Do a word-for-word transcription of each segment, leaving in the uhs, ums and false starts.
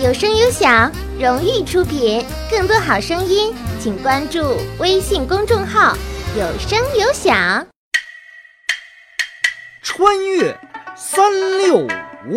有声有响，荣誉出品。更多好声音，请关注微信公众号“有声有响”。 穿越三六五，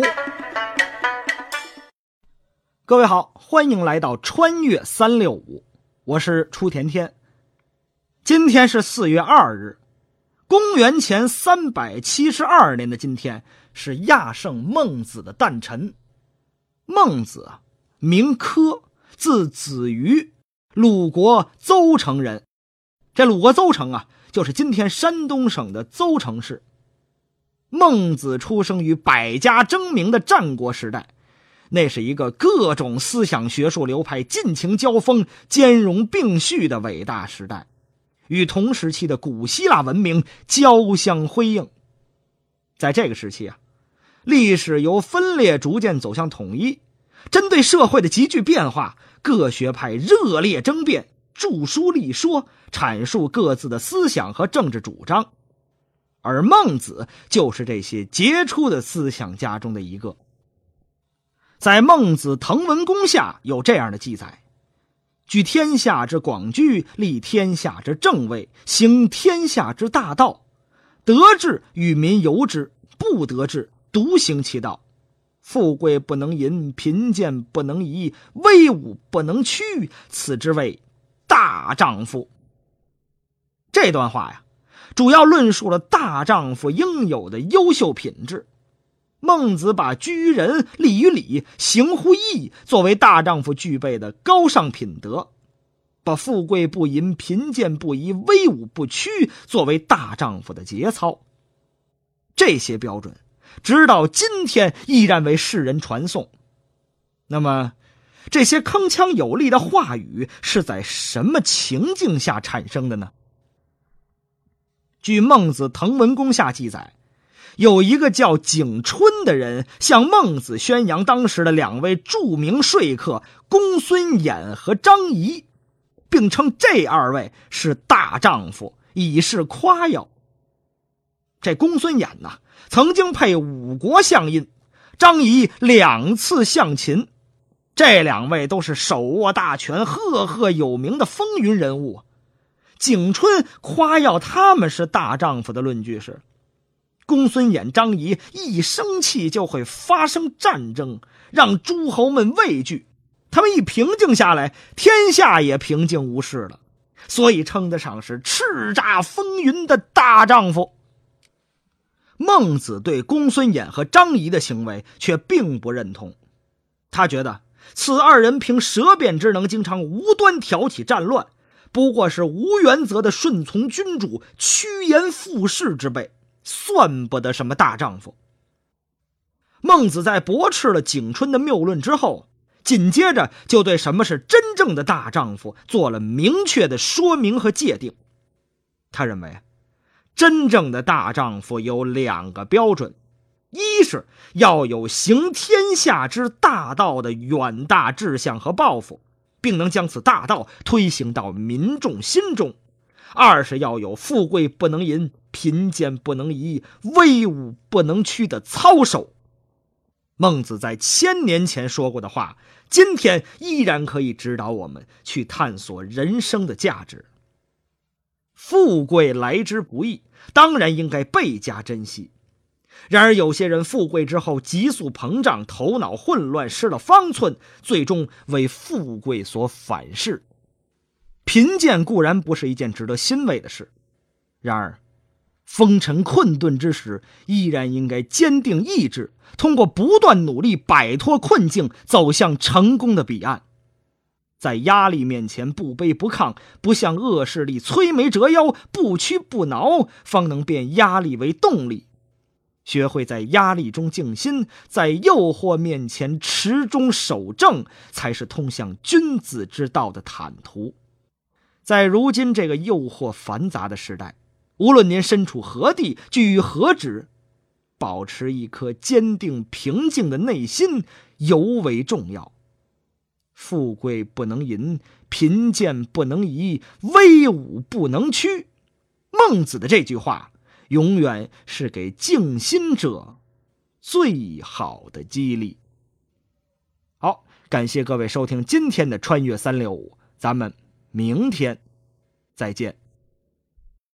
各位好，欢迎来到穿越三六五，我是初甜甜。今天是四月二日，公元前三百七十二年的今天是亚圣孟子的诞辰。孟子名轲，字子瑜，鲁国邹城人。这鲁国邹城啊，就是今天山东省的邹城市。孟子出生于百家争鸣的战国时代，那是一个各种思想学术流派尽情交锋、兼容并蓄的伟大时代，与同时期的古希腊文明交相辉映。在这个时期啊，历史由分裂逐渐走向统一，针对社会的急剧变化，各学派热烈争辩，著书立说，阐述各自的思想和政治主张。而孟子就是这些杰出的思想家中的一个。在孟子滕文公下有这样的记载：居天下之广居，立天下之正位，行天下之大道，得志与民由之，不得志独行其道。富贵不能淫，贫贱不能移，威武不能屈，此之谓大丈夫。这段话呀，主要论述了大丈夫应有的优秀品质。孟子把居于仁，立于礼，行乎义作为大丈夫具备的高尚品德，把富贵不淫，贫贱不移，威武不屈作为大丈夫的节操。这些标准直到今天依然为世人传颂。那么这些铿锵有力的话语是在什么情境下产生的呢？据孟子滕文公下记载，有一个叫景春的人向孟子宣扬当时的两位著名说客公孙衍和张仪，并称这二位是大丈夫，以示夸耀。这公孙衍呢，曾经配五国相印，张仪两次相秦，这两位都是手握大权、赫赫有名的风云人物。景春夸耀他们是大丈夫的论据是：公孙衍、张仪一生气就会发生战争，让诸侯们畏惧，他们一平静下来，天下也平静无事了，所以称得上是叱咤风云的大丈夫。孟子对公孙衍和张仪的行为却并不认同，他觉得此二人凭舌辩之能，经常无端挑起战乱，不过是无原则的顺从君主、趋炎附势之辈，算不得什么大丈夫。孟子在驳斥了景春的谬论之后，紧接着就对什么是真正的大丈夫做了明确的说明和界定。他认为真正的大丈夫有两个标准：一是要有行天下之大道的远大志向和抱负，并能将此大道推行到民众心中；二是要有富贵不能淫，贫贱不能移，威武不能屈的操守。孟子在千年前说过的话，今天依然可以指导我们去探索人生的价值。富贵来之不易，当然应该倍加珍惜。然而有些人富贵之后急速膨胀，头脑混乱，失了方寸，最终为富贵所反噬。贫贱固然不是一件值得欣慰的事，然而风尘困顿之时，依然应该坚定意志，通过不断努力摆脱困境，走向成功的彼岸。在压力面前不卑不亢，不向恶势力摧眉折腰，不屈不挠，方能变压力为动力。学会在压力中静心，在诱惑面前持中守正，才是通向君子之道的坦途。在如今这个诱惑繁杂的时代，无论您身处何地，居于何职，保持一颗坚定平静的内心尤为重要。富贵不能淫，贫贱不能移，威武不能屈。孟子的这句话永远是给静心者最好的激励。好， 感谢各位收听今天的穿越三六五，咱们明天再见。